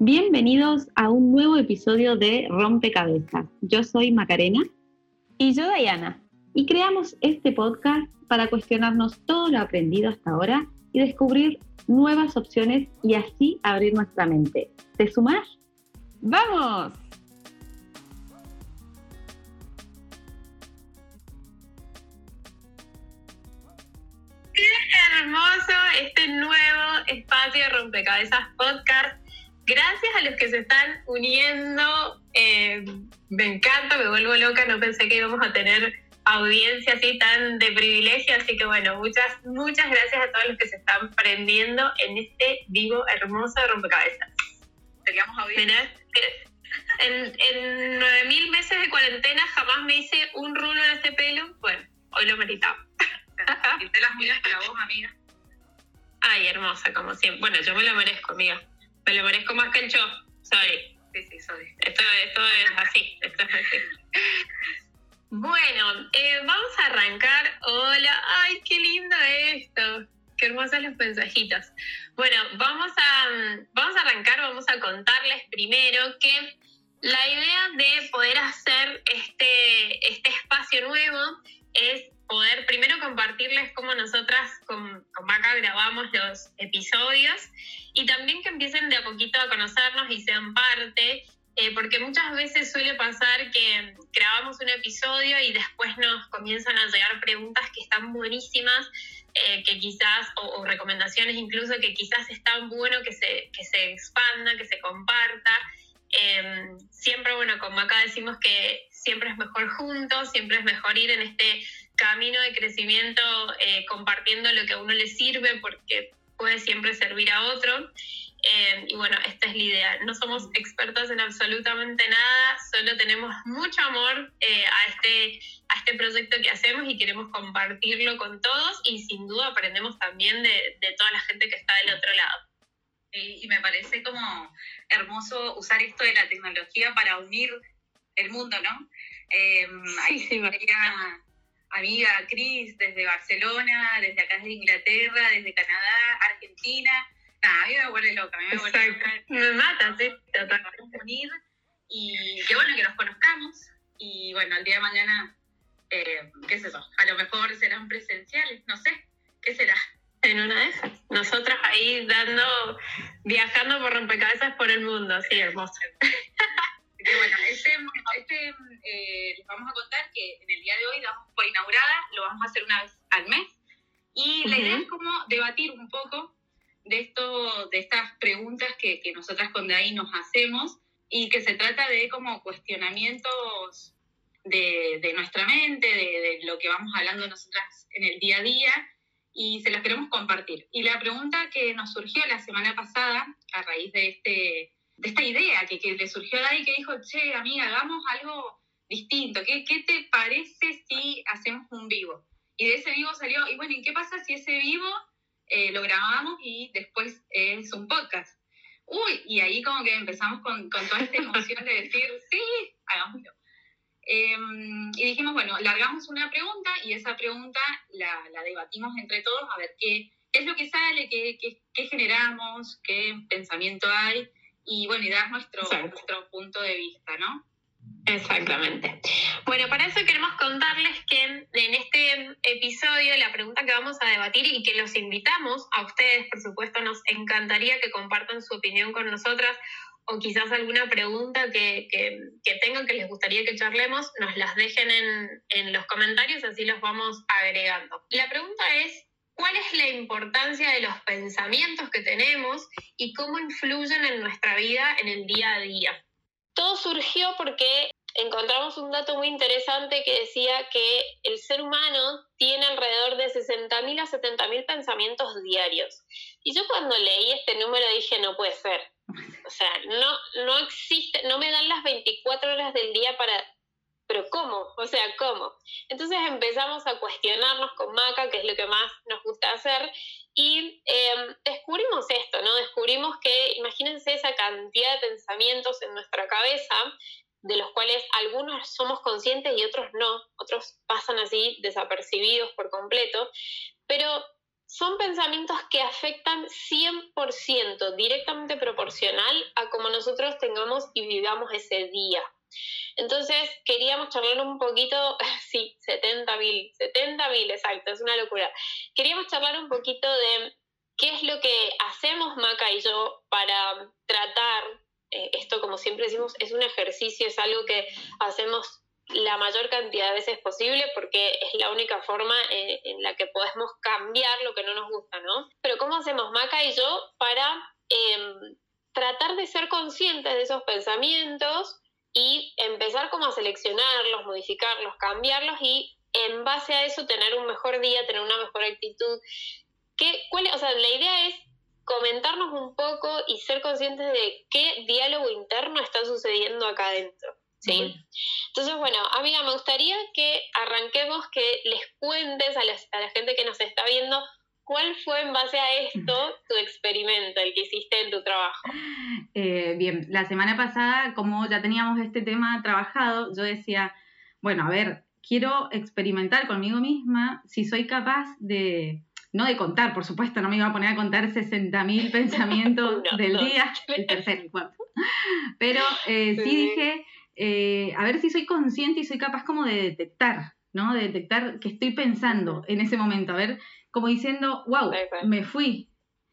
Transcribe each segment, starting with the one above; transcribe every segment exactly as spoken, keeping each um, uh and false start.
Bienvenidos a un nuevo episodio de Rompecabezas. Yo soy Macarena. Y yo, Dayana. Y creamos este podcast para cuestionarnos todo lo aprendido hasta ahora y descubrir nuevas opciones y así abrir nuestra mente. ¿Te sumas? ¡Vamos! ¡Qué hermoso este nuevo espacio de Rompecabezas Podcast! Gracias a los que se están uniendo. Eh, me encanta, me vuelvo loca. No pensé que íbamos a tener audiencia así tan de privilegio. Así que bueno, muchas, muchas gracias a todos los que se están prendiendo en este vivo hermoso de Rompecabezas. Teníamos audiencia. En, en nueve mil meses de cuarentena jamás me hice un rulo en este pelo. Bueno, hoy lo meritaba. Quité las mías para vos, amiga. Ay, hermosa, como siempre. Bueno, yo me lo merezco, amiga. Me lo merezco más que el yo. Sorry. Sí, sí, sorry. Esto, esto es así. Esto es así. Bueno, eh, vamos a arrancar. Hola. Ay, qué lindo esto. Qué hermosos los mensajitos. Bueno, vamos a, vamos a arrancar. Vamos a contarles primero que la idea de poder hacer este, este espacio nuevo es poder primero compartirles cómo nosotras con, con Maca grabamos los episodios y también que empiecen de a poquito a conocernos y sean parte, eh, porque muchas veces suele pasar que grabamos un episodio y después nos comienzan a llegar preguntas que están buenísimas, eh, que quizás, o, o recomendaciones incluso, que quizás es tan bueno que se, que se expanda, que se comparta. Eh, siempre, bueno, con Maca decimos que siempre es mejor juntos, siempre es mejor ir en este camino de crecimiento eh, compartiendo lo que a uno le sirve porque puede siempre servir a otro. Eh, y bueno, esta es la idea. No somos expertos en absolutamente nada, solo tenemos mucho amor eh, a, este, a este proyecto que hacemos y queremos compartirlo con todos y sin duda aprendemos también de, de toda la gente que está del otro lado. Y, y me parece como hermoso usar esto de la tecnología para unir el mundo, ¿no? Eh, ahí sí, sí, sería amiga Cris desde Barcelona, desde acá desde Inglaterra, desde Canadá, Argentina. Nada, a mí me vuelve loca, a mí me vuelve loca. Me mata, sí, totalmente. Unir y qué bueno que nos conozcamos y bueno, el día de mañana, eh, qué sé yo, a lo mejor serán presenciales, no sé, ¿qué será? En una de esas. Nosotras ahí dando, viajando por rompecabezas por el mundo, así hermoso. Que bueno, este, este eh, les vamos a contar que en el día de hoy damos por inaugurada, lo vamos a hacer una vez al mes y la uh-huh. idea es como debatir un poco de esto, de estas preguntas que, que nosotras con Dai nos hacemos y que se trata de como cuestionamientos de, de nuestra mente, de, de lo que vamos hablando nosotras en el día a día y se las queremos compartir. Y la pregunta que nos surgió la semana pasada a raíz de este de esta idea que, que le surgió a Dai, que dijo, che, amiga, hagamos algo distinto. ¿Qué, ¿Qué te parece si hacemos un vivo? Y de ese vivo salió, y bueno, ¿y qué pasa si ese vivo eh, lo grabamos y después es un podcast? Uy, y ahí como que empezamos con, con toda esta emoción de decir, sí, hagámoslo. Eh, y dijimos, bueno, largamos una pregunta y esa pregunta la, la debatimos entre todos a ver qué, qué es lo que sale, qué, qué, qué generamos, qué pensamiento hay. Y bueno, y dar nuestro, nuestro punto de vista, ¿no? Exactamente. Bueno, para eso queremos contarles que en este episodio la pregunta que vamos a debatir y que los invitamos a ustedes, por supuesto, nos encantaría que compartan su opinión con nosotras o quizás alguna pregunta que, que, que tengan que les gustaría que charlemos, nos las dejen en, en los comentarios, así los vamos agregando. La pregunta es, ¿cuál es la importancia de los pensamientos que tenemos y cómo influyen en nuestra vida en el día a día? Todo surgió porque encontramos un dato muy interesante que decía que el ser humano tiene alrededor de sesenta mil a setenta mil pensamientos diarios. Y yo cuando leí este número dije, no puede ser. O sea, no, no existe, no me dan las veinticuatro horas del día para... ¿Pero cómo? O sea, ¿cómo? Entonces empezamos a cuestionarnos con Maca, que es lo que más nos gusta hacer, y eh, descubrimos esto, ¿no? Descubrimos que, imagínense esa cantidad de pensamientos en nuestra cabeza, de los cuales algunos somos conscientes y otros no, otros pasan así desapercibidos por completo, pero son pensamientos que afectan cien por ciento directamente proporcional a cómo nosotros tengamos y vivamos ese día. Entonces queríamos charlar un poquito, sí, setenta mil, setenta mil, exacto, es una locura. Queríamos charlar un poquito de qué es lo que hacemos Maca y yo para tratar, eh, esto como siempre decimos, es un ejercicio, es algo que hacemos la mayor cantidad de veces posible porque es la única forma en, en la que podemos cambiar lo que no nos gusta, ¿no? Pero ¿cómo hacemos Maca y yo para eh, tratar de ser conscientes de esos pensamientos y empezar como a seleccionarlos, modificarlos, cambiarlos y en base a eso tener un mejor día, tener una mejor actitud? ¿Qué, cuál, o sea, la idea es comentarnos un poco y ser conscientes de qué diálogo interno está sucediendo acá adentro, ¿sí? Uh-huh. Entonces, bueno, amiga, me gustaría que arranquemos, que les cuentes a la, a la gente que nos está viendo cuál fue en base a esto tu experimento, el que hiciste en tu trabajo. Eh, bien, la semana pasada, como ya teníamos este tema trabajado, yo decía, bueno, a ver, quiero experimentar conmigo misma si soy capaz de, no de contar, por supuesto, no me iba a poner a contar sesenta mil pensamientos no, del no. día, el tercer y cuarto, pero eh, sí, sí dije... Eh, a ver si soy consciente y soy capaz como de detectar, ¿no? De detectar qué estoy pensando uh-huh. en ese momento, a ver, como diciendo, wow, me fui.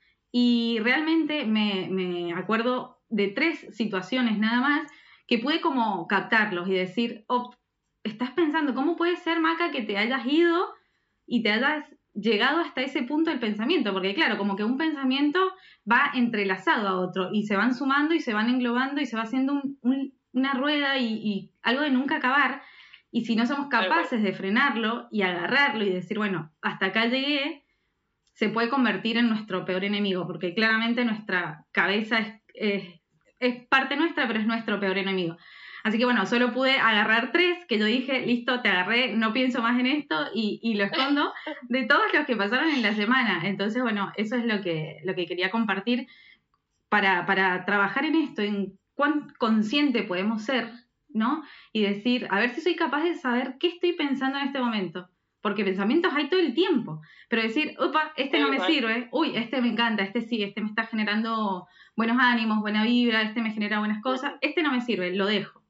Y realmente me, me acuerdo de tres situaciones nada más que pude como captarlos y decir, oh, estás pensando, ¿cómo puede ser, Maca, que te hayas ido y te hayas llegado hasta ese punto del pensamiento? Porque claro, como que un pensamiento va entrelazado a otro y se van sumando y se van englobando y se va haciendo un... un una rueda y, y algo de nunca acabar, y si no somos capaces de frenarlo y agarrarlo y decir, bueno, hasta acá llegué, se puede convertir en nuestro peor enemigo, porque claramente nuestra cabeza es, es, es parte nuestra, pero es nuestro peor enemigo. Así que bueno, solo pude agarrar tres, que yo dije, listo, te agarré, no pienso más en esto, y, y lo escondo de todos los que pasaron en la semana. Entonces, bueno, eso es lo que, lo que quería compartir para, para trabajar en esto, en cuán consciente podemos ser, ¿no? Y decir, a ver si soy capaz de saber qué estoy pensando en este momento. Porque pensamientos hay todo el tiempo. Pero decir, opa, este no me sirve, uy, este me encanta, este sí, este me está generando buenos ánimos, buena vibra, este me genera buenas cosas, este no me sirve, lo dejo.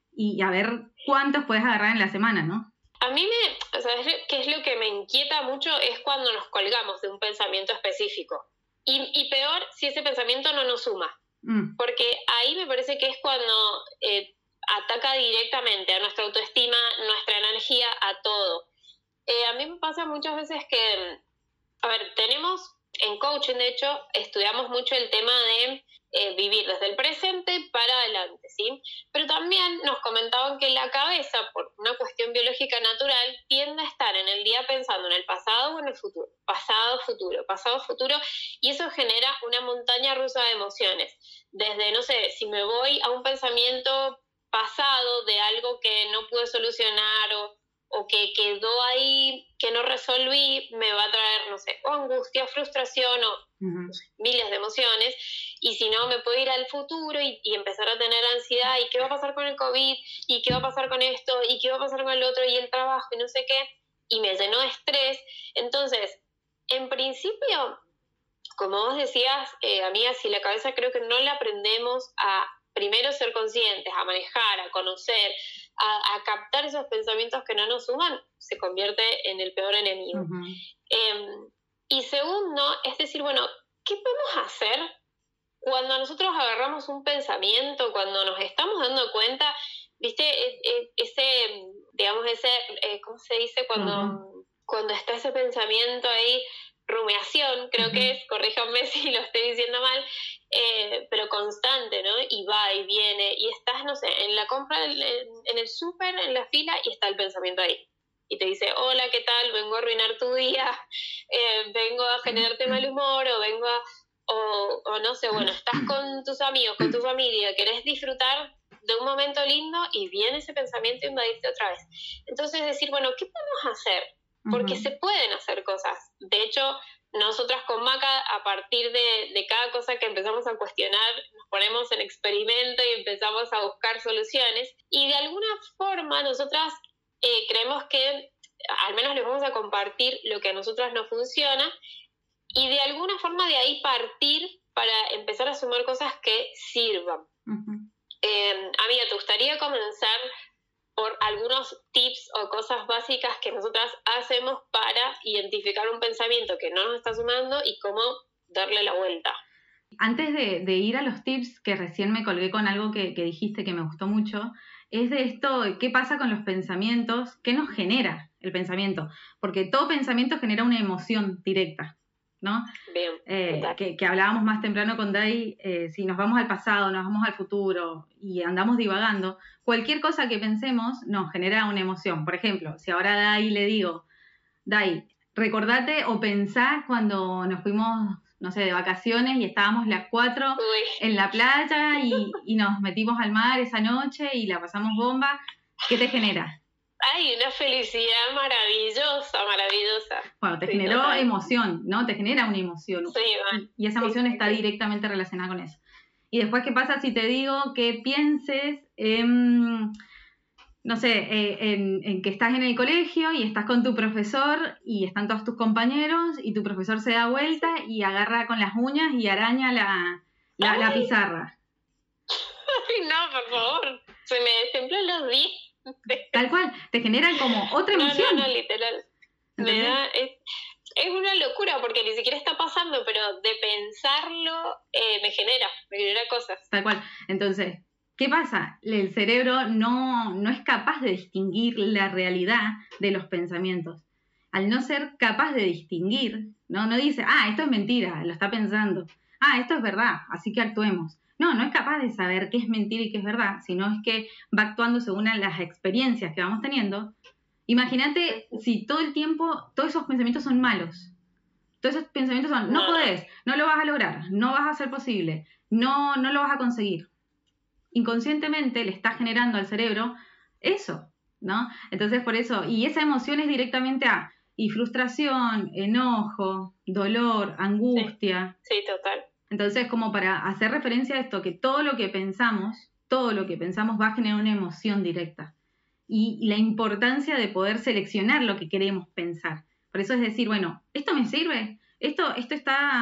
Y a ver cuántos puedes agarrar en la semana, ¿no? A mí me, ¿sabes qué es lo que me inquieta mucho? Es cuando nos colgamos de un pensamiento específico. Y, y peor, si ese pensamiento no nos suma. Porque ahí me parece que es cuando eh, ataca directamente a nuestra autoestima, nuestra energía, a todo. Eh, a mí me pasa muchas veces que, a ver, tenemos en coaching, de hecho, estudiamos mucho el tema de eh, vivir desde el presente para adelante, ¿sí? Pero también nos comentaban que la cabeza, por una cuestión biológica natural, tiende a estar en el día pensando en el pasado o en el futuro. Pasado, futuro, pasado, futuro, y eso genera una montaña rusa de emociones. Desde, no sé, si me voy a un pensamiento pasado de algo que no pude solucionar o o que quedó ahí, que no resolví, me va a traer, no sé, o angustia, frustración o uh-huh. no sé, miles de emociones, y si no, me puedo ir al futuro y, y empezar a tener ansiedad, y qué va a pasar con el COVID, y qué va a pasar con esto, y qué va a pasar con el otro, y el trabajo, y no sé qué, y me llenó de estrés. Entonces, en principio, como vos decías, eh, amiga, si la cabeza creo que no la aprendemos a primero ser conscientes, a manejar, a conocer, a, a captar esos pensamientos que no nos suman, se convierte en el peor enemigo. Uh-huh. Eh, y segundo, es decir, bueno, ¿qué podemos hacer cuando nosotros agarramos un pensamiento, cuando nos estamos dando cuenta, viste, ese, digamos, ese, ¿cómo se dice? Cuando, uh-huh. cuando está ese pensamiento ahí, rumiación, creo uh-huh. que es, corríjanme si lo estoy diciendo mal, eh, pero constante, ¿no? Y va y viene, y estás, no sé, en la compra, en, en el súper, en la fila, y está el pensamiento ahí. Y te dice, hola, ¿qué tal? Vengo a arruinar tu día, eh, vengo a generarte mal humor, o vengo a, o, o no sé, bueno, estás con tus amigos, con tu familia, querés disfrutar de un momento lindo, y viene ese pensamiento a invadirte otra vez. Entonces decir, bueno, ¿qué podemos hacer? Porque uh-huh. se pueden hacer cosas. De hecho, nosotras con Maca, a partir de, de cada cosa que empezamos a cuestionar, nos ponemos en experimento y empezamos a buscar soluciones. Y de alguna forma, nosotras eh, creemos que, al menos les vamos a compartir lo que a nosotras nos funciona, y de alguna forma de ahí partir para empezar a sumar cosas que sirvan. Uh-huh. Eh, amiga, ¿te gustaría comenzar por algunos tips o cosas básicas que nosotras hacemos para identificar un pensamiento que no nos está sumando y cómo darle la vuelta? Antes de, de ir a los tips, que recién me colgué con algo que, que dijiste que me gustó mucho, es de esto, ¿qué pasa con los pensamientos? ¿Qué nos genera el pensamiento? Porque todo pensamiento genera una emoción directa, ¿no? Bien. Eh, que, que hablábamos más temprano con Dai, eh, si nos vamos al pasado, nos vamos al futuro y andamos divagando, cualquier cosa que pensemos nos genera una emoción. Por ejemplo, si ahora a Dai le digo, Dai, recordate o pensá cuando nos fuimos, no sé, de vacaciones y estábamos las cuatro Uy. en la playa y, y nos metimos al mar esa noche y la pasamos bomba, ¿qué te genera? Ay, una felicidad maravillosa, maravillosa. Bueno, te sí, generó total. emoción, ¿no? Te genera una emoción. Sí, bueno. Y esa emoción sí, está sí. directamente relacionada con eso. Y después, ¿qué pasa si te digo que pienses en, no sé, eh, en, en que estás en el colegio y estás con tu profesor y están todos tus compañeros y tu profesor se da vuelta y agarra con las uñas y araña la, la, la pizarra? Ay, no, por favor. Se me destemplan los días. Tal cual, te generan como otra emoción. No, no, no, literal. Me da, es, es una locura porque ni siquiera está pasando, pero de pensarlo eh, me genera, me genera cosas. Tal cual. Entonces, ¿qué pasa? El cerebro no, no es capaz de distinguir la realidad de los pensamientos. Al no ser capaz de distinguir, no, no dice, ah, esto es mentira, lo está pensando. Ah, esto es verdad, así que actuemos. No, no es capaz de saber qué es mentira y qué es verdad, sino es que va actuando según las experiencias que vamos teniendo. Imagínate si todo el tiempo, todos esos pensamientos son malos. Todos esos pensamientos son, no podés, no lo vas a lograr, no vas a ser posible, no, no lo vas a conseguir. Inconscientemente le está generando al cerebro eso, ¿no? Entonces por eso, y esa emoción es directamente a, y frustración, enojo, dolor, angustia. Sí, sí, total. Entonces, como para hacer referencia a esto, que todo lo que pensamos, todo lo que pensamos va a generar una emoción directa. Y, y la importancia de poder seleccionar lo que queremos pensar. Por eso es decir, bueno, ¿esto me sirve? ¿Esto, esto está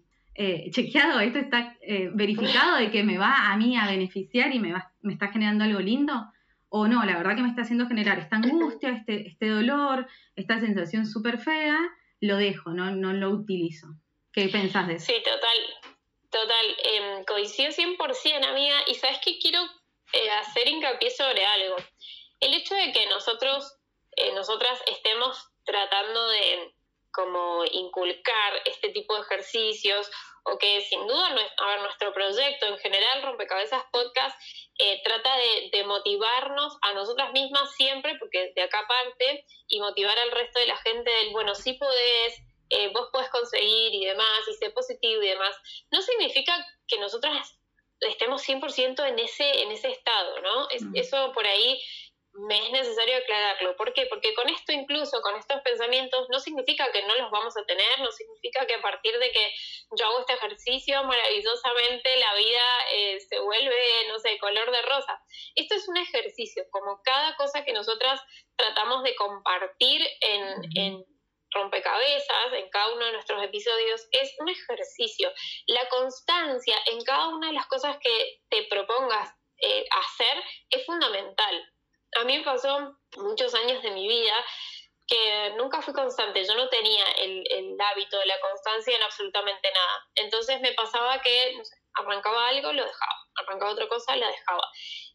eh, chequeado? ¿Esto está eh, verificado de que me va a mí a beneficiar y me, va, me está generando algo lindo? ¿O no? La verdad que me está haciendo generar esta angustia, este, este dolor, esta sensación súper fea, lo dejo, no, no lo utilizo. ¿Qué pensás de eso? Sí, total. Total, eh, coincido cien por ciento, amiga, y ¿sabes qué? Quiero eh, hacer hincapié sobre algo. El hecho de que nosotros, eh, nosotras estemos tratando de como inculcar este tipo de ejercicios, o que sin duda, a ver, nuestro proyecto en general, Rompecabezas Podcast, eh, trata de, de motivarnos a nosotras mismas siempre, porque de acá parte, y motivar al resto de la gente del, bueno, sí podés, Eh, vos podés conseguir y demás, y ser positivo y demás, no significa que nosotras estemos cien por ciento en ese, en ese estado, ¿no? Es, mm. Eso por ahí me es necesario aclararlo. ¿Por qué? Porque con esto incluso, con estos pensamientos, no significa que no los vamos a tener, no significa que a partir de que yo hago este ejercicio, maravillosamente la vida eh, se vuelve, no sé, color de rosa. Esto es un ejercicio, como cada cosa que nosotras tratamos de compartir en, mm. en Rompecabezas, en cada uno de nuestros episodios, es un ejercicio. La constancia en cada una de las cosas que te propongas eh, hacer es fundamental. A mí me pasó muchos años de mi vida que nunca fui constante, yo no tenía el, el hábito de la constancia en absolutamente nada. Entonces me pasaba que, no sé, arrancaba algo, lo dejaba, arrancaba otra cosa, la dejaba.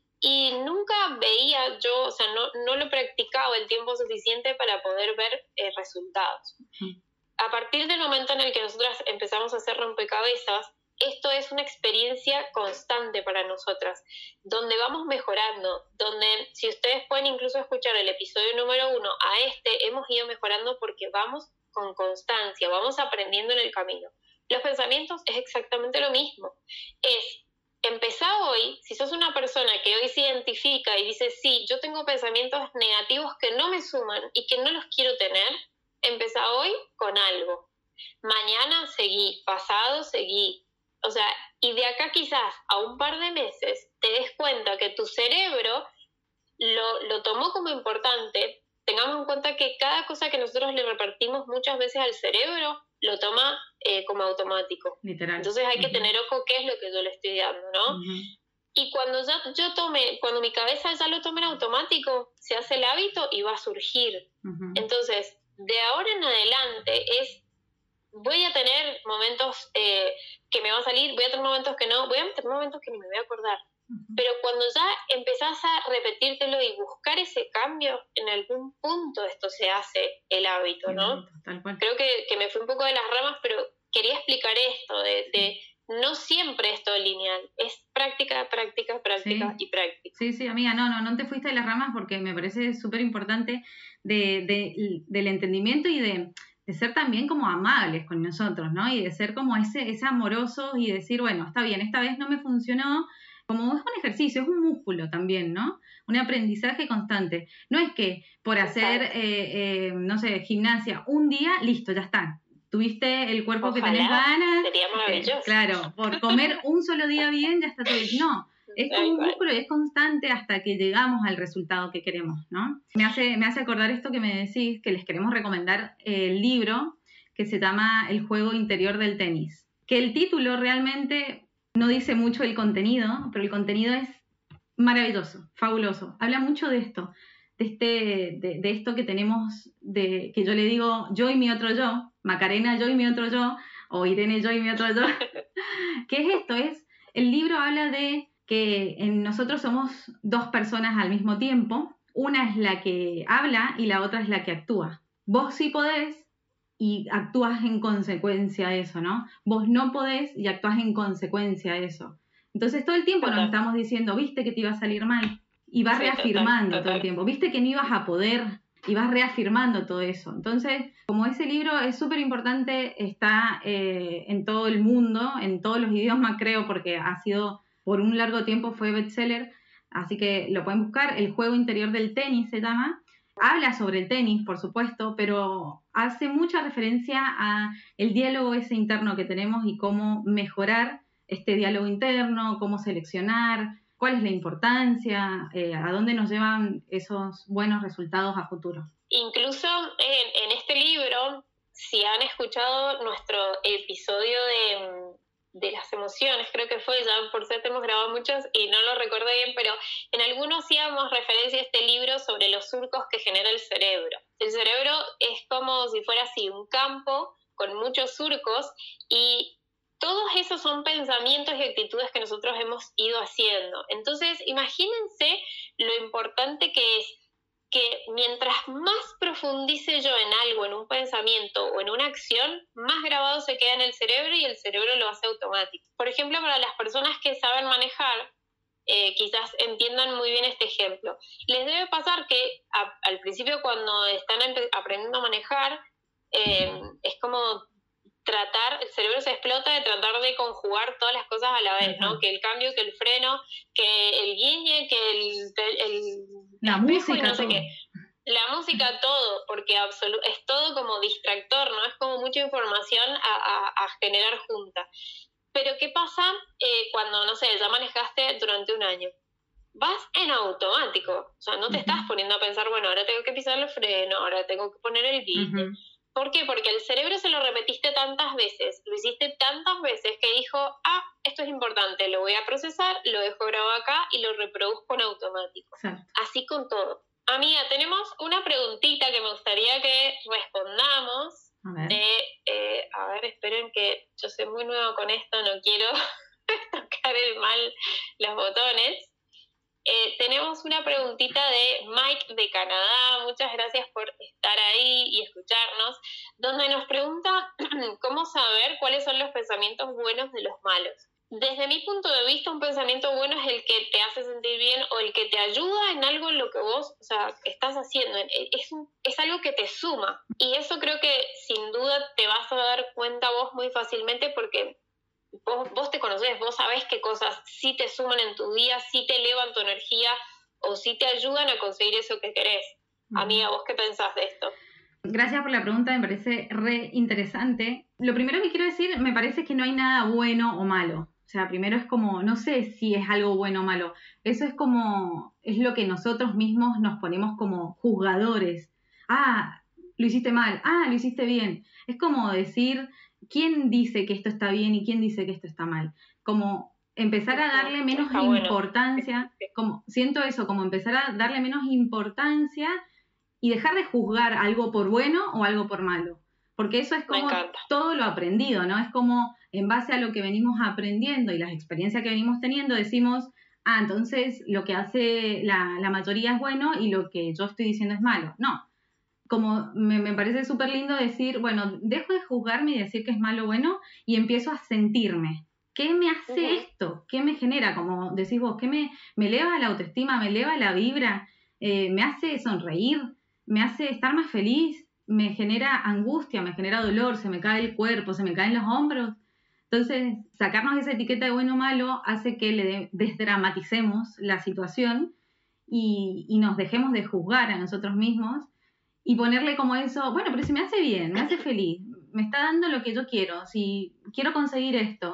Y nunca veía yo, o sea, no, no lo practicaba el tiempo suficiente para poder ver eh, resultados. Uh-huh. A partir del momento en el que nosotras empezamos a hacer rompecabezas, esto es una experiencia constante para nosotras, donde vamos mejorando, donde si ustedes pueden incluso escuchar el episodio número uno a este, hemos ido mejorando porque vamos con constancia, vamos aprendiendo en el camino. Los pensamientos es exactamente lo mismo, es empezá hoy, si sos una persona que hoy se identifica y dice, sí, yo tengo pensamientos negativos que no me suman y que no los quiero tener, empezá hoy con algo. Mañana seguí, pasado seguí. O sea, y de acá quizás a un par de meses te des cuenta que tu cerebro lo, lo tomó como importante. Tengamos en cuenta que cada cosa que nosotros le repartimos muchas veces al cerebro lo toma eh, como automático. Literal. Entonces hay que uh-huh. tener ojo qué es lo que yo le estoy dando, ¿no? Uh-huh. Y cuando ya yo tome, cuando mi cabeza ya lo tome en automático, se hace el hábito y va a surgir. Uh-huh. Entonces, de ahora en adelante es, voy a tener momentos eh, que me van a salir, voy a tener momentos que no, voy a tener momentos que ni me voy a acordar. Uh-huh. Pero cuando ya empezás a repetírtelo y buscar ese cambio, en algún punto esto se hace el hábito, ¿no? Tal cual. Creo que, que me fui un poco de las ramas, pero quería explicar esto, de... de no siempre es todo lineal, es práctica, práctica, práctica sí. y práctica. Sí, sí, amiga, no, no, no te fuiste de las ramas porque me parece súper importante de, de, del entendimiento y de, de ser también como amables con nosotros, ¿no? Y de ser como ese, ese amoroso y decir, bueno, está bien, esta vez no me funcionó, como es un ejercicio, es un músculo también, ¿no? Un aprendizaje constante. No es que por hacer, eh, eh, no sé, gimnasia un día, listo, ya está. Tuviste el cuerpo Ojalá, que tenés ganas. Sería maravilloso. Eh, claro, por comer un solo día bien ya está todo bien. No, es como un músculo y es constante hasta que llegamos al resultado que queremos, ¿no? Me hace, me hace acordar esto que me decís, que les queremos recomendar el libro que se llama El juego interior del tenis. Que el título realmente no dice mucho el contenido, pero el contenido es maravilloso, fabuloso. Habla mucho de esto, de, este, de, de esto que tenemos, de que yo le digo yo y mi otro yo, Macarena, yo y mi otro yo, o Irene, yo y mi otro yo. ¿Qué es esto? Es, el libro habla de que en nosotros somos dos personas al mismo tiempo. Una es la que habla y la otra es la que actúa. Vos sí podés y actúas en consecuencia a eso, ¿no? Vos no podés y actúas en consecuencia a eso. Entonces todo el tiempo nos estamos diciendo, viste que te iba a salir mal. Y vas reafirmando todo el tiempo. Viste que no ibas a poder. Y vas reafirmando todo eso. Entonces, como ese libro es súper importante, está eh, en todo el mundo, en todos los idiomas creo, porque ha sido, por un largo tiempo fue bestseller, así que lo pueden buscar. El juego interior del tenis se llama. Habla sobre el tenis, por supuesto, pero hace mucha referencia a el diálogo ese interno que tenemos y cómo mejorar este diálogo interno, cómo seleccionar, cuál es la importancia, eh, a dónde nos llevan esos buenos resultados a futuro. Incluso en, en este libro, si han escuchado nuestro episodio de, de las emociones, creo que fue, ya por cierto hemos grabado muchos y no lo recuerdo bien, pero en algunos hacíamos referencia a este libro sobre los surcos que genera el cerebro. El cerebro es como si fuera así, un campo con muchos surcos y todos esos son pensamientos y actitudes que nosotros hemos ido haciendo. Entonces, imagínense lo importante que es que mientras más profundice yo en algo, en un pensamiento o en una acción, más grabado se queda en el cerebro y el cerebro lo hace automático. Por ejemplo, para las personas que saben manejar, eh, quizás entiendan muy bien este ejemplo. Les debe pasar que a, al principio cuando están aprendiendo a manejar, eh, es como tratar, el cerebro se explota de tratar de conjugar todas las cosas a la vez, ¿no? Que el cambio, que el freno, que el guiñe, que el, el la espejo música, y no sé todo. qué. La música, todo, porque absolu- es todo como distractor, ¿no? Es como mucha información a, a, a generar junta. Pero ¿qué pasa eh, cuando, no sé, ya manejaste durante un año? Vas en automático, o sea, no te uh-huh. estás poniendo a pensar, bueno, ahora tengo que pisar el freno, ahora tengo que poner el guiñe. Uh-huh. ¿Por qué? Porque al cerebro se lo repetiste tantas veces, lo hiciste tantas veces que dijo, ah, esto es importante, lo voy a procesar, lo dejo grabado acá y lo reproduzco en automático. Sí. Así con todo. Amiga, tenemos una preguntita que me gustaría que respondamos. A ver, de, eh, a ver, esperen que yo soy muy nueva con esto, no quiero tocar el mal los botones. Eh, tenemos una preguntita de Mike de Canadá, muchas gracias por estar ahí y escucharnos, donde nos pregunta cómo saber cuáles son los pensamientos buenos de los malos. Desde mi punto de vista, un pensamiento bueno es el que te hace sentir bien o el que te ayuda en algo en lo que vos, o sea, estás haciendo. Es, un, es algo que te suma. Y eso creo que sin duda te vas a dar cuenta vos muy fácilmente porque Vos, vos te conocés, vos sabés qué cosas sí te suman en tu día, sí te elevan tu energía o sí te ayudan a conseguir eso que querés. Uh-huh. Amiga, ¿vos qué pensás de esto? Gracias por la pregunta, me parece re interesante. Lo primero que quiero decir, me parece que no hay nada bueno o malo. O sea, primero es como, no sé si es algo bueno o malo. Eso es como, es lo que nosotros mismos nos ponemos como juzgadores. Ah, lo hiciste mal, ah, lo hiciste bien. Es como decir, ¿quién dice que esto está bien y quién dice que esto está mal? Como empezar a darle menos Está bueno. importancia, como siento eso, como empezar a darle menos importancia y dejar de juzgar algo por bueno o algo por malo. Porque eso es como todo lo aprendido, ¿no? Es como en base a lo que venimos aprendiendo y las experiencias que venimos teniendo, decimos, ah, entonces lo que hace la, la mayoría es bueno y lo que yo estoy diciendo es malo. No, como me, me parece súper lindo decir, bueno, dejo de juzgarme y decir que es malo o bueno y empiezo a sentirme. ¿Qué me hace uh-huh. esto? ¿Qué me genera? Como decís vos, ¿qué me, me eleva la autoestima? ¿Me eleva la vibra? Eh, ¿Me hace sonreír? ¿Me hace estar más feliz? ¿Me genera angustia? ¿Me genera dolor? ¿Se me cae el cuerpo? ¿Se me caen los hombros? Entonces, sacarnos esa etiqueta de bueno o malo hace que le desdramaticemos la situación y, y nos dejemos de juzgar a nosotros mismos y ponerle como eso, bueno, pero si me hace bien, me hace feliz, me está dando lo que yo quiero, si quiero conseguir esto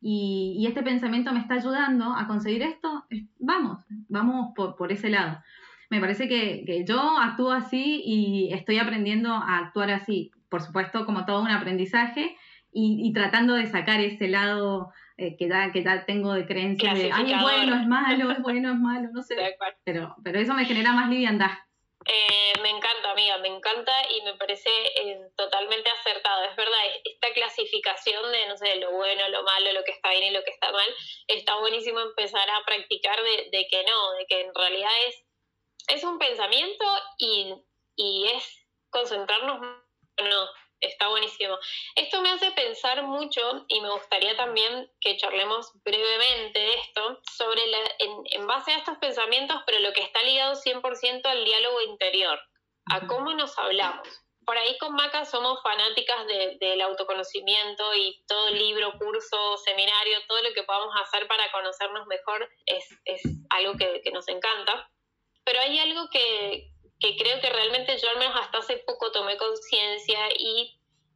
y, y este pensamiento me está ayudando a conseguir esto, vamos, vamos por, por ese lado. Me parece que, que yo actúo así y estoy aprendiendo a actuar así, por supuesto como todo un aprendizaje y, y tratando de sacar ese lado eh, que, ya, que ya tengo de creencia de, ay, es bueno, es malo, es bueno, es malo, no sé, pero, pero eso me genera más liviandad. Eh, me encanta, amiga, me encanta y me parece eh, totalmente acertado. Es verdad, esta clasificación de, no sé, lo bueno, lo malo, lo que está bien y lo que está mal, está buenísimo empezar a practicar de, de que no, de que en realidad es, es un pensamiento y, y es concentrarnos no, está buenísimo. Esto me hace pensar mucho y me gustaría también que charlemos brevemente de esto, sobre la, en, en base a estos pensamientos, pero lo que está ligado cien por ciento al diálogo interior, a cómo nos hablamos. Por ahí con Maca somos fanáticas de, del autoconocimiento y todo libro, curso, seminario, todo lo que podamos hacer para conocernos mejor es, es algo que, que nos encanta. Pero hay algo que, que creo que realmente yo al menos hasta hace poco tomé conciencia y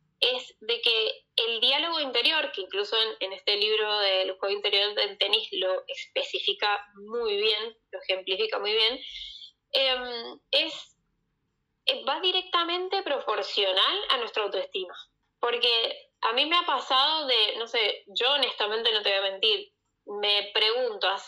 es de que el diálogo interior, que incluso en, en este libro del juego interior del tenis lo especifica muy bien, lo ejemplifica muy bien, eh, es va directamente proporcional a nuestra autoestima. Porque a mí me ha pasado de, no sé, yo honestamente no te voy a mentir, me pregunto hace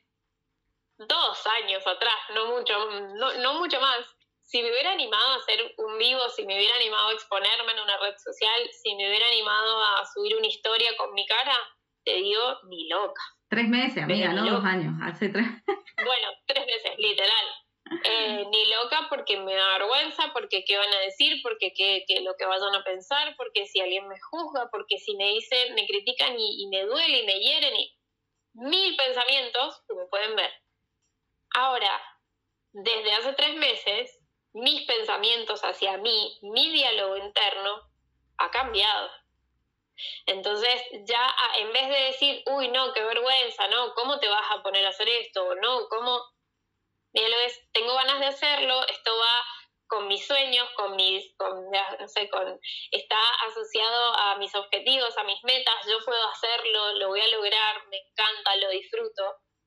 dos años atrás, no mucho, no, no mucho más, si me hubiera animado a hacer un vivo, si me hubiera animado a exponerme en una red social, si me hubiera animado a subir una historia con mi cara, te digo, ni loca. Tres meses, amiga, no dos años, hace tres. Bueno, tres meses, literal. Eh, ni loca porque me da vergüenza, porque qué van a decir, porque qué, qué lo que vayan a pensar, porque si alguien me juzga, porque si me dicen, me critican y, y me duele y me hieren y mil pensamientos, como pueden ver. Ahora, desde hace tres meses, mis pensamientos hacia mí, mi diálogo interno, ha cambiado. Entonces, ya en vez de decir, uy, no, qué vergüenza, no, ¿cómo te vas a poner a hacer esto? No, ¿cómo? Mira, lo es, tengo ganas de hacerlo, esto va con mis sueños, con mis, con, no sé, con, está asociado a mis objetivos, a mis metas, yo puedo hacerlo, lo voy a lograr, me encanta, lo disfruto.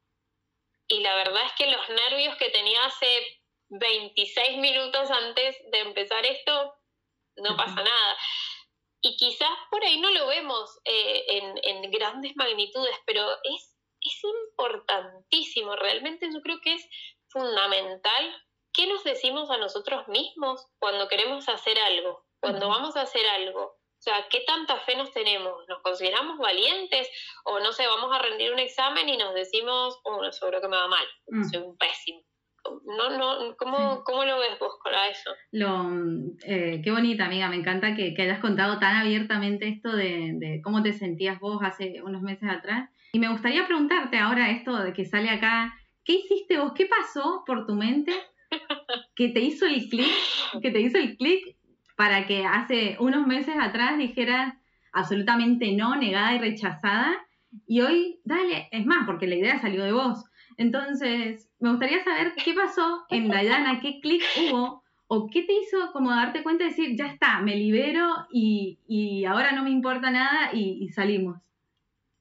Y la verdad es que los nervios que tenía hace veintiséis minutos antes de empezar esto, no pasa nada. Y quizás por ahí no lo vemos eh, en, en grandes magnitudes, pero es, es importantísimo, realmente yo creo que es fundamental qué nos decimos a nosotros mismos cuando queremos hacer algo, cuando uh-huh. vamos a hacer algo. O sea, ¿qué tanta fe nos tenemos? ¿Nos consideramos valientes? O no sé, vamos a rendir un examen y nos decimos, oh, no, seguro que me va mal, uh-huh. soy un pésimo. No, no, ¿cómo, sí. ¿Cómo lo ves vos con eso? Lo, eh, qué bonita, amiga, me encanta que, que hayas contado tan abiertamente esto de, de cómo te sentías vos hace unos meses atrás. Y me gustaría preguntarte ahora esto de que sale acá, ¿qué hiciste vos? ¿Qué pasó por tu mente que te hizo el clic, que te hizo el clic para que hace unos meses atrás dijeras absolutamente no, negada y rechazada, y hoy, dale, es más, porque la idea salió de vos? Entonces, me gustaría saber qué pasó en Dayana, qué clic hubo, o qué te hizo como darte cuenta de decir, ya está, me libero y, y ahora no me importa nada y, y salimos.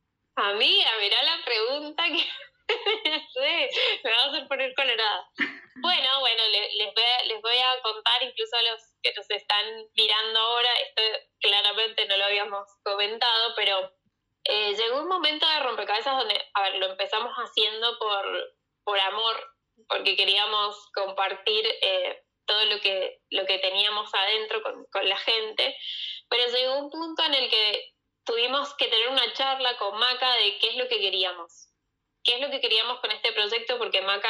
Amiga, mirá la pregunta que me vas a hacer poner colorada. Bueno, bueno, les, les, voy a, les voy a contar incluso a los que nos están mirando ahora, esto claramente no lo habíamos comentado, pero eh, llegó un momento de rompecabezas donde, a ver, lo empezamos haciendo por, por amor, porque queríamos compartir eh, todo lo que, lo que teníamos adentro con, con la gente, pero llegó un punto en el que tuvimos que tener una charla con Maca de qué es lo que queríamos, qué es lo que queríamos con este proyecto, porque Maca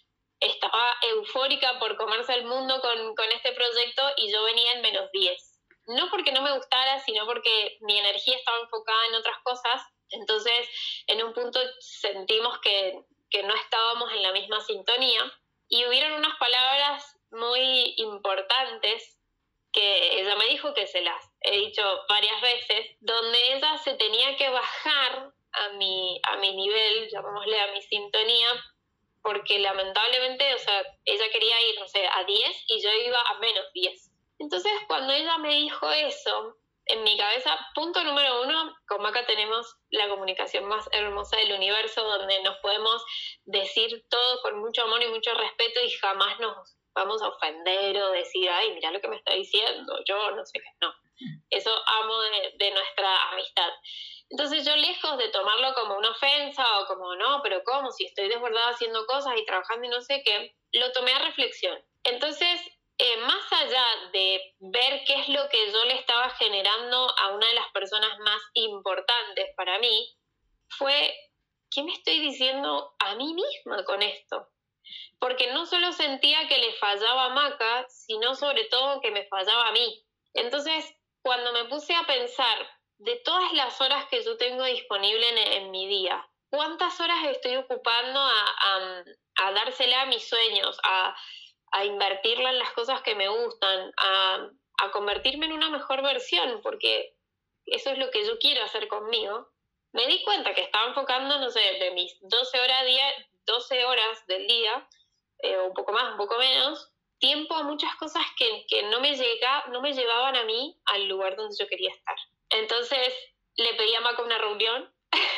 estaba eufórica por comerse el mundo con, con este proyecto y yo venía en menos diez. No porque no me gustara, sino porque mi energía estaba enfocada en otras cosas. Entonces, en un punto sentimos que, que no estábamos en la misma sintonía y hubieron unas palabras muy importantes que ella me dijo, que se las he dicho varias veces, donde ella se tenía que bajar a mi, a mi nivel, llamémosle a mi sintonía, porque lamentablemente, o sea, ella quería ir, no sé, a diez y yo iba a menos diez. Entonces, cuando ella me dijo eso, en mi cabeza, punto número uno, con Maca tenemos la comunicación más hermosa del universo, donde nos podemos decir todo con mucho amor y mucho respeto y jamás nos vamos a ofender o decir, ay, mira lo que me está diciendo, yo no sé qué, no. Eso amo de, de nuestra amistad. Entonces yo, lejos de tomarlo como una ofensa o como, no, pero ¿cómo? Si estoy desbordada haciendo cosas y trabajando y no sé qué, lo tomé a reflexión. Entonces, eh, más allá de ver qué es lo que yo le estaba generando a una de las personas más importantes para mí, fue, ¿qué me estoy diciendo a mí misma con esto? Porque no solo sentía que le fallaba a Maca, sino sobre todo que me fallaba a mí. Entonces, cuando me puse a pensar de todas las horas que yo tengo disponible en, en mi día, ¿cuántas horas estoy ocupando a, a, a dársela a mis sueños, a, a invertirla en las cosas que me gustan, a, a convertirme en una mejor versión? Porque eso es lo que yo quiero hacer conmigo. Me di cuenta que estaba enfocando, no sé, de mis doce horas, día, doce horas del día, eh, un poco más, un poco menos, tiempo a muchas cosas que, que no, me llega, no me llevaban a mí al lugar donde yo quería estar. Entonces le pedí a Maca una reunión,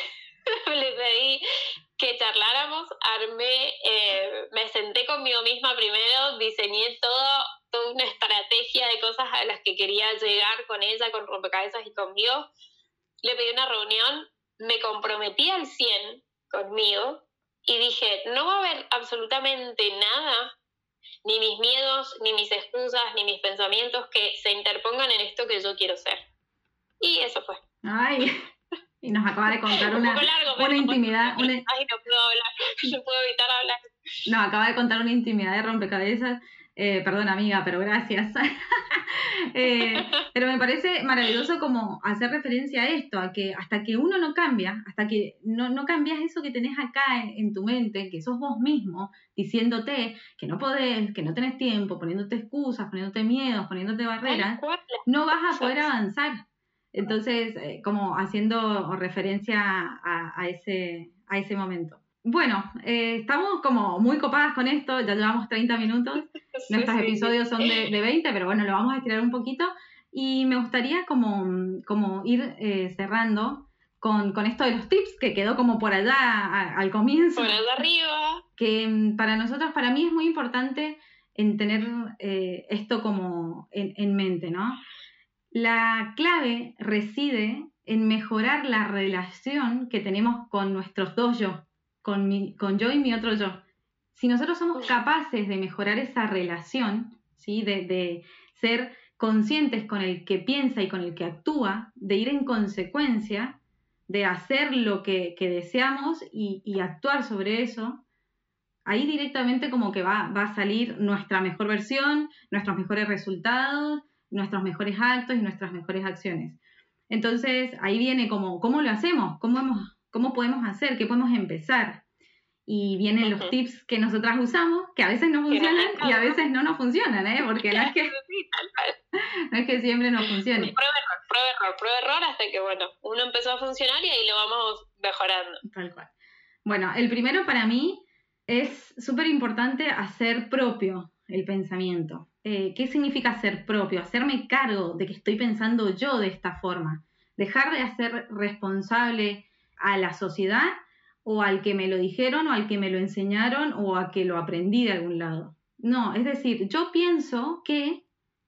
le pedí que charláramos, armé, eh, me senté conmigo misma primero, diseñé todo, toda una estrategia de cosas a las que quería llegar con ella, con rompecabezas y conmigo. Le pedí una reunión, me comprometí al cien conmigo y dije, no va a haber absolutamente nada, ni mis miedos, ni mis excusas, ni mis pensamientos que se interpongan en esto que yo quiero ser. Y eso fue. Ay, y nos acaba de contar una, un largo, una intimidad. Una... Ay, no puedo hablar, no puedo evitar hablar. Nos acaba de contar una intimidad de rompecabezas. Eh, perdón, amiga, pero gracias. eh, pero me parece maravilloso como hacer referencia a esto, a que hasta que uno no cambia, hasta que no, no cambias eso que tenés acá en, en tu mente, que sos vos mismo, diciéndote que no podés, que no tenés tiempo, poniéndote excusas, poniéndote miedos, poniéndote barreras, no vas a poder avanzar. Entonces, eh, como haciendo referencia a, a, ese, a ese momento. Bueno, eh, estamos como muy copadas con esto, ya llevamos treinta minutos, sí, nuestros sí, episodios sí. son de, de veinte, pero bueno, lo vamos a estirar un poquito y me gustaría como, como ir eh, cerrando con, con esto de los tips, que quedó como por allá a, al comienzo. Por allá arriba. Que para nosotros, para mí es muy importante en tener eh, esto como en, en mente, ¿no? La clave reside en mejorar la relación que tenemos con nuestros dos yo. Con, mi, con yo y mi otro yo. Si nosotros somos capaces de mejorar esa relación, ¿sí? de, de ser conscientes con el que piensa y con el que actúa, de ir en consecuencia, de hacer lo que, que deseamos y, y actuar sobre eso, ahí directamente como que va, va a salir nuestra mejor versión, nuestros mejores resultados, nuestros mejores actos y nuestras mejores acciones. Entonces ahí viene como, ¿cómo lo hacemos? ¿Cómo hemos ¿Cómo podemos hacer? ¿Qué podemos empezar? Y vienen uh-huh. los tips que nosotras usamos, que a veces no funcionan y a veces no nos funcionan, ¿eh? Porque no es que, no es que siempre nos funcione. Prueba error, prueba error, prueba error hasta que, bueno, uno empezó a funcionar y ahí lo vamos mejorando. Tal cual. Bueno, el primero para mí es súper importante hacer propio el pensamiento. Eh, ¿Qué significa hacer propio? Hacerme cargo de que estoy pensando yo de esta forma. Dejar de hacer responsable a la sociedad o al que me lo dijeron o al que me lo enseñaron o a que lo aprendí de algún lado. No, es decir, yo pienso que,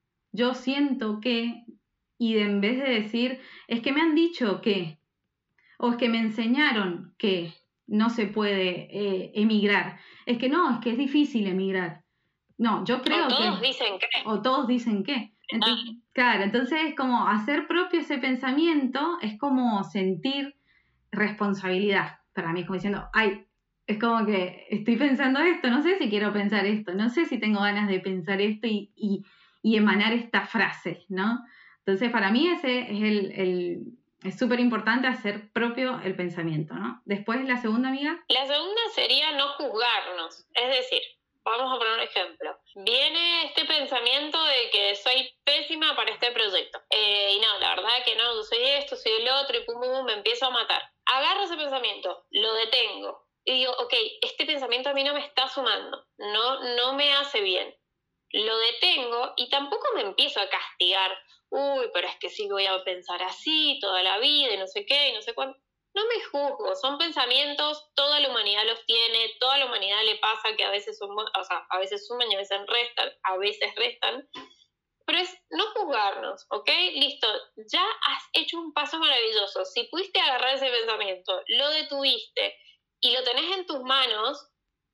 yo siento que, y en vez de decir, es que me han dicho que, o es que me enseñaron que no se puede eh, emigrar, es que no, es que es difícil emigrar. No, yo creo que... O todos que, dicen que. O todos dicen que. Entonces, claro, entonces es como hacer propio ese pensamiento, es como sentir responsabilidad. Para mí es como diciendo, ay, es como que estoy pensando esto, no sé si quiero pensar esto, no sé si tengo ganas de pensar esto y, y, y emanar esta frase, ¿no? Entonces, para mí ese es el... el es súper importante hacer propio el pensamiento, ¿no? Después, la segunda, amiga. La segunda sería no juzgarnos. Es decir, vamos a poner un ejemplo. Viene este pensamiento de que soy pésima para este proyecto. Eh, y no, la verdad que no, yo soy esto, soy el otro, y pum, pum, pum, me empiezo a matar. Agarro ese pensamiento, lo detengo, y digo, ok, este pensamiento a mí no me está sumando, no, no me hace bien. Lo detengo y tampoco me empiezo a castigar. Uy, pero es que sí voy a pensar así toda la vida y no sé qué y no sé cuánto. No me juzgo, son pensamientos, toda la humanidad los tiene, toda la humanidad le pasa que a veces suman, o sea, a veces suman y a veces restan, a veces restan, pero es no juzgarnos, ¿ok? Listo, ya has hecho un paso maravilloso. Si pudiste agarrar ese pensamiento, lo detuviste y lo tenés en tus manos,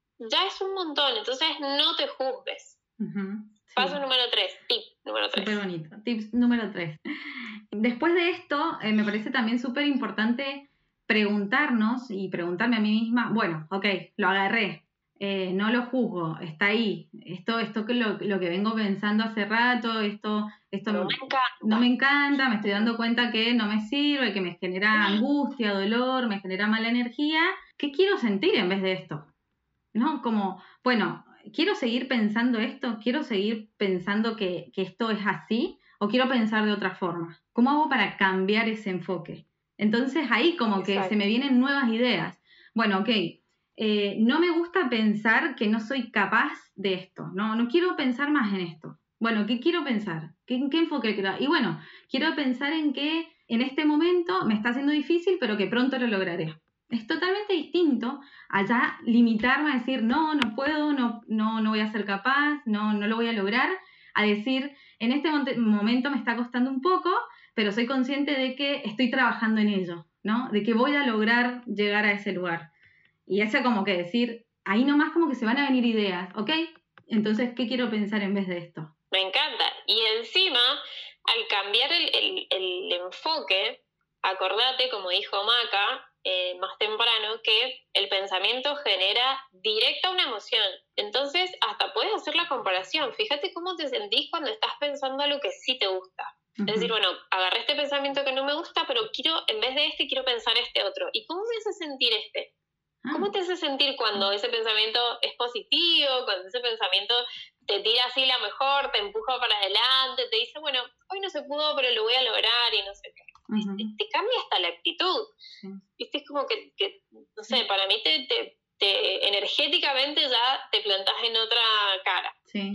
ya es un montón, entonces no te juzgues. Uh-huh, sí. Paso número tres, tip número tres. Súper bonito, tips número tres. Después de esto, eh, me parece también súper importante preguntarnos y preguntarme a mí misma, bueno, ok, lo agarré, eh, no lo juzgo, está ahí, esto, esto que lo, lo que vengo pensando hace rato, esto, esto no, me encanta. no me encanta, me estoy dando cuenta que no me sirve, que me genera angustia, dolor, me genera mala energía, ¿qué quiero sentir en vez de esto? ¿No? Como, bueno, ¿quiero seguir pensando esto? ¿Quiero seguir pensando que, que esto es así? ¿O quiero pensar de otra forma? ¿Cómo hago para cambiar ese enfoque? Entonces ahí como que Exacto. se me vienen nuevas ideas. Bueno, ok, eh, no me gusta pensar que no soy capaz de esto. No, no quiero pensar más en esto. Bueno, ¿qué quiero pensar? ¿Qué, ¿Qué enfoque quiero? Y bueno, quiero pensar en que en este momento me está haciendo difícil, pero que pronto lo lograré. Es totalmente distinto a ya limitarme a decir, no, no puedo, no, no, no voy a ser capaz, no, no lo voy a lograr, a decir, en este momento me está costando un poco, pero soy consciente de que estoy trabajando en ello, ¿no? De que voy a lograr llegar a ese lugar. Y eso como que decir, ahí nomás como que se van a venir ideas, ¿ok? Entonces, ¿qué quiero pensar en vez de esto? Me encanta. Y encima, al cambiar el, el, el enfoque, acordate, como dijo Maca, Eh, más temprano, que el pensamiento genera directa una emoción. Entonces, hasta puedes hacer la comparación. Fíjate cómo te sentís cuando estás pensando algo que sí te gusta. Uh-huh. Es decir, bueno, agarré este pensamiento que no me gusta, pero quiero, en vez de este, quiero pensar este otro. ¿Y cómo me hace sentir este? ¿Cómo te hace sentir cuando ese pensamiento es positivo, cuando ese pensamiento te tira así la mejor, te empuja para adelante, te dice, bueno, hoy no se pudo, pero lo voy a lograr y no sé qué? Uh-huh. Te, te cambia hasta la actitud. Sí. ¿Viste? Es como que, que, no sé, para mí te, te, te energéticamente ya te plantás en otra cara. Sí.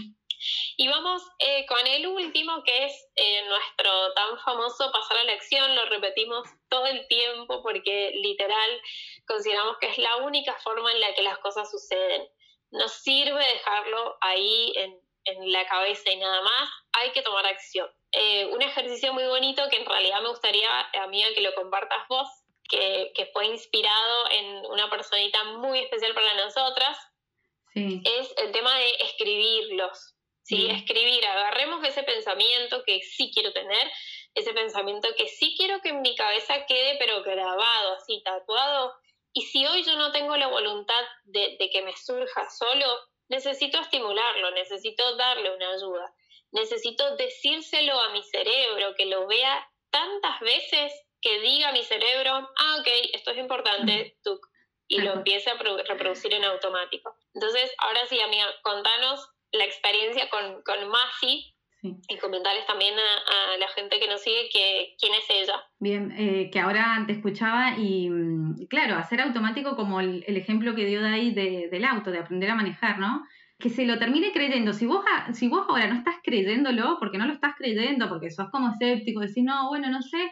Y vamos eh, con el último, que es eh, nuestro tan famoso pasar a la acción. Lo repetimos todo el tiempo porque literal consideramos que es la única forma en la que las cosas suceden. No sirve dejarlo ahí en, en la cabeza y nada más, hay que tomar acción. Eh, un ejercicio muy bonito que en realidad me gustaría, amiga, que lo compartas vos, que, que fue inspirado en una personita muy especial para nosotras, sí. es el tema de escribirlos. ¿Sí? Mm. Escribir, agarremos ese pensamiento que sí quiero tener, ese pensamiento que sí quiero que en mi cabeza quede, pero grabado, así, tatuado. Y si hoy yo no tengo la voluntad de, de que me surja solo, necesito estimularlo, necesito darle una ayuda. Necesito decírselo a mi cerebro, que lo vea tantas veces que diga a mi cerebro, ah, ok, esto es importante, tuc, y lo empiece a reproducir en automático. Entonces, ahora sí, amiga, contanos la experiencia con, con Masi, sí. Y comentarles también a, a la gente que nos sigue que, quién es ella. Bien, eh, que ahora te escuchaba y, claro, hacer automático como el, el ejemplo que dio de ahí de, del auto, de aprender a manejar, ¿no? Que se lo termine creyendo. Si vos, si vos ahora no estás creyéndolo, porque no lo estás creyendo, porque sos como escéptico, decís, no, bueno, no sé,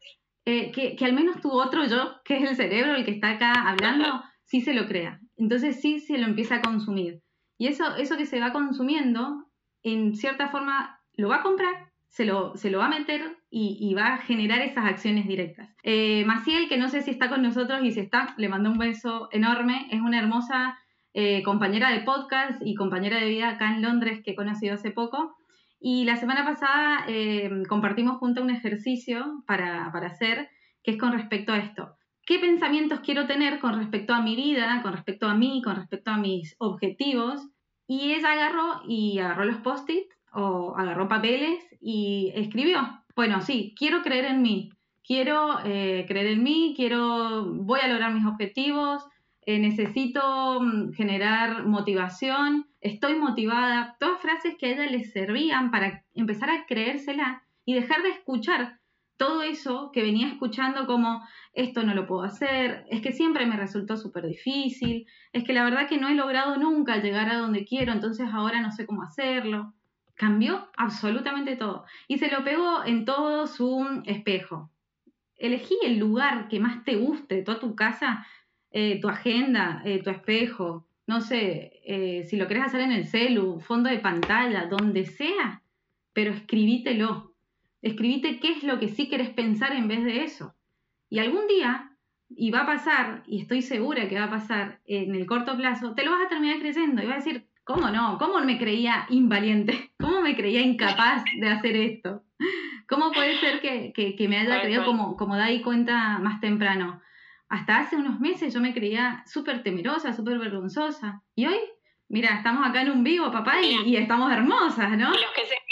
eh, que, que al menos tu otro yo, que es el cerebro, el que está acá hablando, sí se lo crea. Entonces sí se lo empieza a consumir. Y eso, eso que se va consumiendo, en cierta forma, lo va a comprar, se lo, se lo va a meter y, y va a generar esas acciones directas. Eh, Maciel, que no sé si está con nosotros, y si está, le mando un beso enorme, es una hermosa eh, compañera de podcast y compañera de vida acá en Londres que he conocido hace poco. Y la semana pasada eh, compartimos juntos un ejercicio para, para hacer, que es con respecto a esto. ¿Qué pensamientos quiero tener con respecto a mi vida, con respecto a mí, con respecto a mis objetivos? Y ella agarró y agarró los post-it o agarró papeles y escribió. Bueno, sí, quiero creer en mí, quiero eh, creer en mí, quiero, voy a lograr mis objetivos, eh, necesito generar motivación, estoy motivada. Todas frases que a ella le servían para empezar a creérsela y dejar de escuchar todo eso que venía escuchando como esto no lo puedo hacer, es que siempre me resultó súper difícil, es que la verdad que no he logrado nunca llegar a donde quiero, entonces ahora no sé cómo hacerlo. Cambió absolutamente todo y se lo pegó en todo su espejo. Elegí el lugar que más te guste, toda tu casa, eh, tu agenda, eh, tu espejo, no sé, eh, si lo querés hacer en el celu, fondo de pantalla, donde sea, pero escribítelo. Escribite qué es lo que sí querés pensar en vez de eso. Y algún día, y va a pasar, y estoy segura que va a pasar en el corto plazo, te lo vas a terminar creyendo y vas a decir, ¿cómo no? ¿Cómo me creía invaliente? ¿Cómo me creía incapaz de hacer esto? ¿Cómo puede ser que, que, que me haya creído como, como da cuenta más temprano? Hasta hace unos meses yo me creía súper temerosa, súper vergonzosa. Y hoy, mira, estamos acá en un vivo, papá, y, y estamos hermosas, ¿no? Y los que se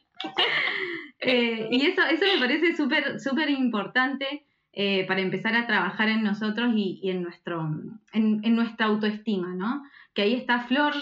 eh, y eso, eso me parece súper súper importante eh, para empezar a trabajar en nosotros y, y en, nuestro, en, en nuestra autoestima, ¿no? Que ahí está Flor,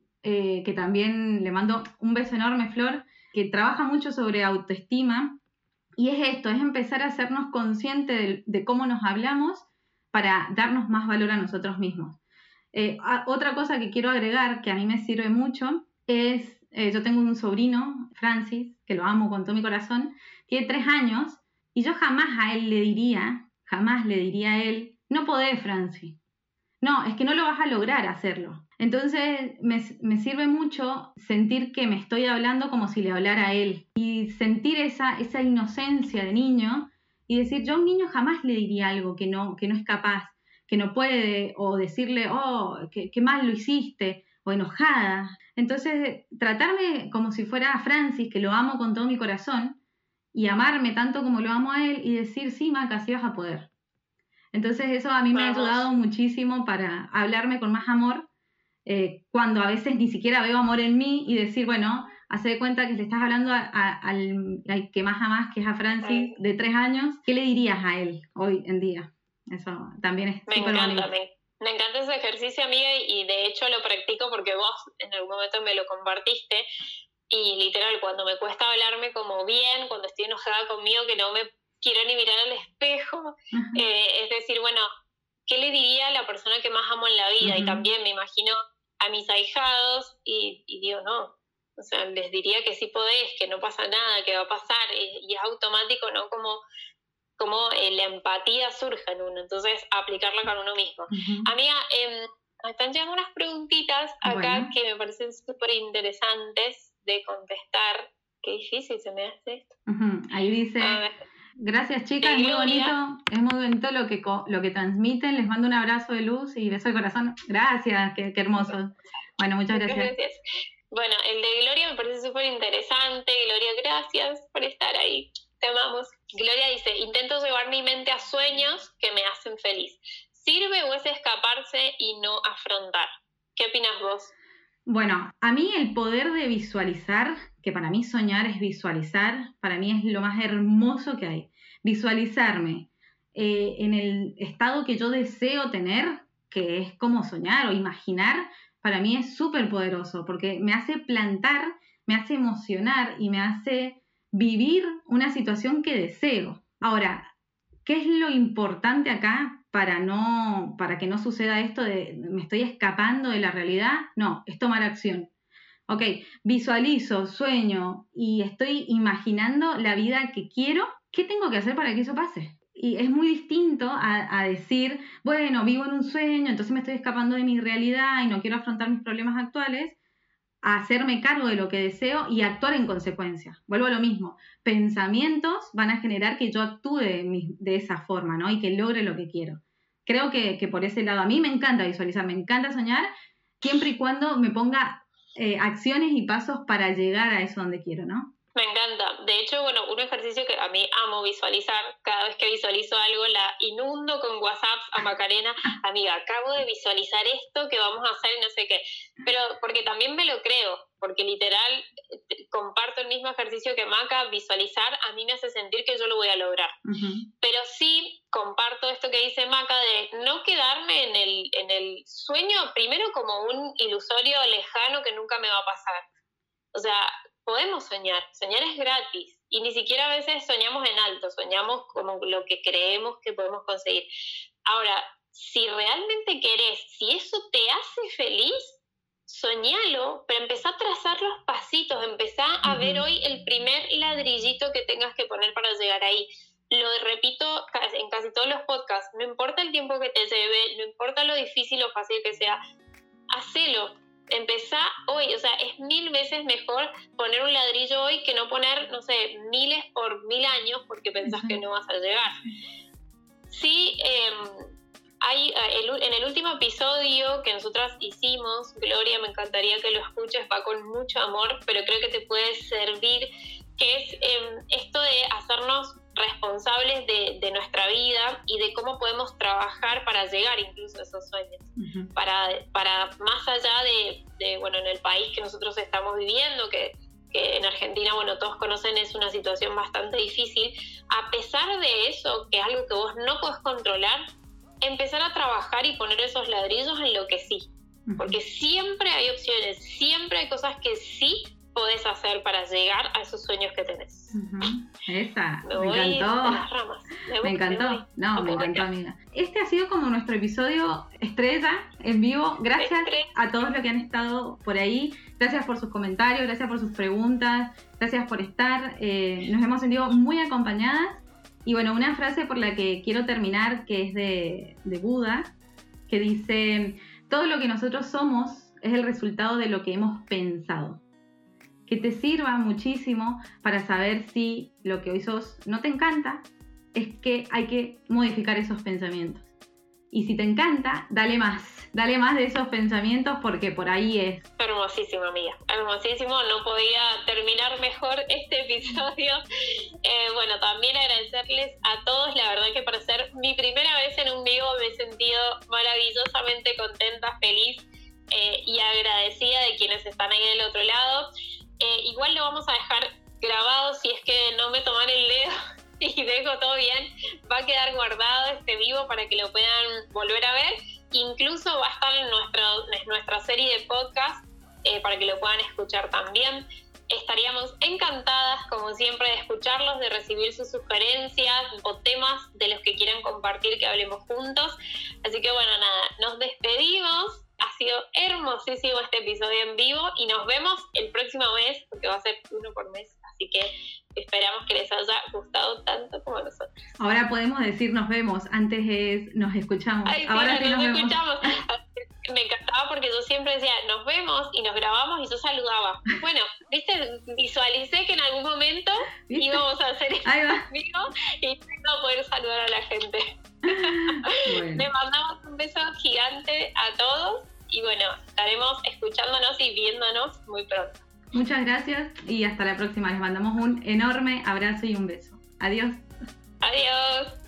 eh, que también le mando un beso enorme, Flor, que trabaja mucho sobre autoestima. Y es esto, es empezar a hacernos conscientes de, de cómo nos hablamos para darnos más valor a nosotros mismos. Eh, a, otra cosa que quiero agregar, que a mí me sirve mucho, es... Eh, yo tengo un sobrino, Francis, que lo amo con todo mi corazón, tiene tres años, y yo jamás a él le diría, jamás le diría a él, no podés, Francis. No, es que no lo vas a lograr hacerlo. Entonces me, me sirve mucho sentir que me estoy hablando como si le hablara a él, y sentir esa, esa inocencia de niño, y decir, yo a un niño jamás le diría algo que no, que no es capaz, que no puede, o decirle, oh, qué, qué mal lo hiciste, o enojada. Entonces, tratarme como si fuera Francis, que lo amo con todo mi corazón, y amarme tanto como lo amo a él, y decir, sí, Maca, sí vas a poder. Entonces, eso a mí me ha ayudado muchísimo para hablarme con más amor, eh, cuando a veces ni siquiera veo amor en mí, y decir, bueno, hace de cuenta que le estás hablando a, a, al, al que más amás, que es a Francis, de tres años. ¿Qué le dirías a él hoy en día? Eso también es súper bonito. Me, me encanta ese ejercicio, amiga, y de hecho lo practico porque vos en algún momento me lo compartiste, y literal, cuando me cuesta hablarme como bien, cuando estoy enojada conmigo, que no me quiero ni mirar al espejo, uh-huh. eh, es decir, bueno, ¿qué le diría a la persona que más amo en la vida? Uh-huh. Y también me imagino a mis ahijados y, y digo, no, o sea, les diría que sí podés, que no pasa nada, que va a pasar, y, y es automático, ¿no? Como... como eh, la empatía surja en uno, entonces aplicarla con uno mismo. Uh-huh. Amiga, eh, me están llegando unas preguntitas acá bueno. que me parecen súper interesantes de contestar. Qué difícil se me hace esto. Uh-huh. Ahí dice, gracias chicas, es muy bonito, es muy bonito lo que, lo que transmiten, les mando un abrazo de luz y beso de corazón. Gracias, qué, qué hermoso. Bueno, muchas gracias. gracias. Bueno, el de Gloria me parece súper interesante. Gloria, gracias por estar ahí. Te amamos. Gloria dice, intento llevar mi mente a sueños que me hacen feliz. ¿Sirve o es escaparse y no afrontar? ¿Qué opinas vos? Bueno, a mí el poder de visualizar, que para mí soñar es visualizar, para mí es lo más hermoso que hay. Visualizarme eh, en el estado que yo deseo tener, que es como soñar o imaginar, para mí es súper poderoso, porque me hace plantar, me hace emocionar y me hace... vivir una situación que deseo. Ahora, ¿qué es lo importante acá para, no, para que no suceda esto de me estoy escapando de la realidad? No, es tomar acción. Ok, visualizo, sueño y estoy imaginando la vida que quiero. ¿Qué tengo que hacer para que eso pase? y es muy distinto a, a decir, bueno, vivo en un sueño, entonces me estoy escapando de mi realidad y no quiero afrontar mis problemas actuales, a hacerme cargo de lo que deseo y actuar en consecuencia. Vuelvo a lo mismo, pensamientos van a generar que yo actúe de, mi, de esa forma, ¿no? Y que logre lo que quiero. Creo que, que por ese lado, a mí me encanta visualizar, me encanta soñar, siempre y cuando me ponga eh, acciones y pasos para llegar a eso donde quiero, ¿no? Me encanta. De hecho, bueno, un ejercicio que a mí amo visualizar, cada vez que visualizo algo la inundo con WhatsApp a Macarena, amiga, acabo de visualizar esto que vamos a hacer y no sé qué. Pero porque también me lo creo, porque literal comparto el mismo ejercicio que Maca, visualizar a mí me hace sentir que yo lo voy a lograr. Uh-huh. Pero sí comparto esto que dice Maca de no quedarme en el, en el sueño primero como un ilusorio lejano que nunca me va a pasar. O sea, podemos soñar, soñar es gratis y ni siquiera a veces soñamos en alto, soñamos como lo que creemos que podemos conseguir. Ahora, si realmente querés, si eso te hace feliz, soñalo, pero empezá a trazar los pasitos, empezá a uh-huh. ver hoy el primer ladrillito que tengas que poner para llegar ahí. Lo repito en casi todos los podcasts, no importa el tiempo que te lleve, no importa lo difícil o fácil que sea, hacelo. Empezá hoy, o sea, es mil veces mejor poner un ladrillo hoy que no poner, no sé, miles por mil años porque pensás uh-huh. que no vas a llegar. Sí, eh, hay, el, en el último episodio que nosotras hicimos, Gloria, me encantaría que lo escuches, va con mucho amor, pero creo que te puede servir, que es eh, esto de hacernos responsables de, de nuestra vida y de cómo podemos trabajar para llegar incluso a esos sueños, uh-huh. para, para más allá de, de, bueno, en el país que nosotros estamos viviendo, que, que en Argentina, bueno, todos conocen, es una situación bastante difícil, a pesar de eso, que es algo que vos no podés controlar, empezar a trabajar y poner esos ladrillos en lo que sí, uh-huh. porque siempre hay opciones, siempre hay cosas que sí podés hacer para llegar a esos sueños que tenés. Uh-huh. Esa, me, me encantó. Las ramas. Me, me encantó. No, me, me encantó, amiga. Este ha sido como nuestro episodio estrella en vivo. Gracias Estrella. a todos los que han estado por ahí. Gracias por sus comentarios, gracias por sus preguntas, gracias por estar. Eh, nos hemos sentido muy acompañadas. Y bueno, una frase por la que quiero terminar, que es de, de Buda, que dice: todo lo que nosotros somos es el resultado de lo que hemos pensado. Que te sirva muchísimo para saber si lo que hoy sos no te encanta, es que hay que modificar esos pensamientos. Y si te encanta, dale más, dale más de esos pensamientos porque por ahí es. Hermosísimo, amiga, hermosísimo, no podía terminar mejor este episodio. Eh, bueno, también agradecerles a todos, la verdad que para ser mi primera vez en un vivo me he sentido maravillosamente contenta, feliz eh, y agradecida de quienes están ahí del otro lado. Eh, igual lo vamos a dejar grabado si es que no me toman el dedo y dejo todo bien, va a quedar guardado este vivo para que lo puedan volver a ver, incluso va a estar en, nuestro, en nuestra serie de podcast eh, para que lo puedan escuchar también. Estaríamos encantadas, como siempre, de escucharlos, de recibir sus sugerencias o temas de los que quieran compartir, que hablemos juntos. Así que bueno, nada, nos despedimos. Ha sido hermosísimo este episodio en vivo y nos vemos el próximo mes, porque va a ser uno por mes, así que esperamos que les haya gustado tanto como a nosotros. Ahora podemos decir nos vemos, antes es nos escuchamos. Ay, sí, ahora sí, nos, nos escuchamos. Me encantaba porque yo siempre decía nos vemos y nos grabamos y yo saludaba. Bueno, viste, visualicé que en algún momento ¿Viste? íbamos a hacer esto en vivo y iba a poder saludar a la gente. Bueno. Le mandamos un beso gigante a todos y bueno, estaremos escuchándonos y viéndonos muy pronto. Muchas gracias y hasta la próxima. Les mandamos un enorme abrazo y un beso. Adiós. Adiós.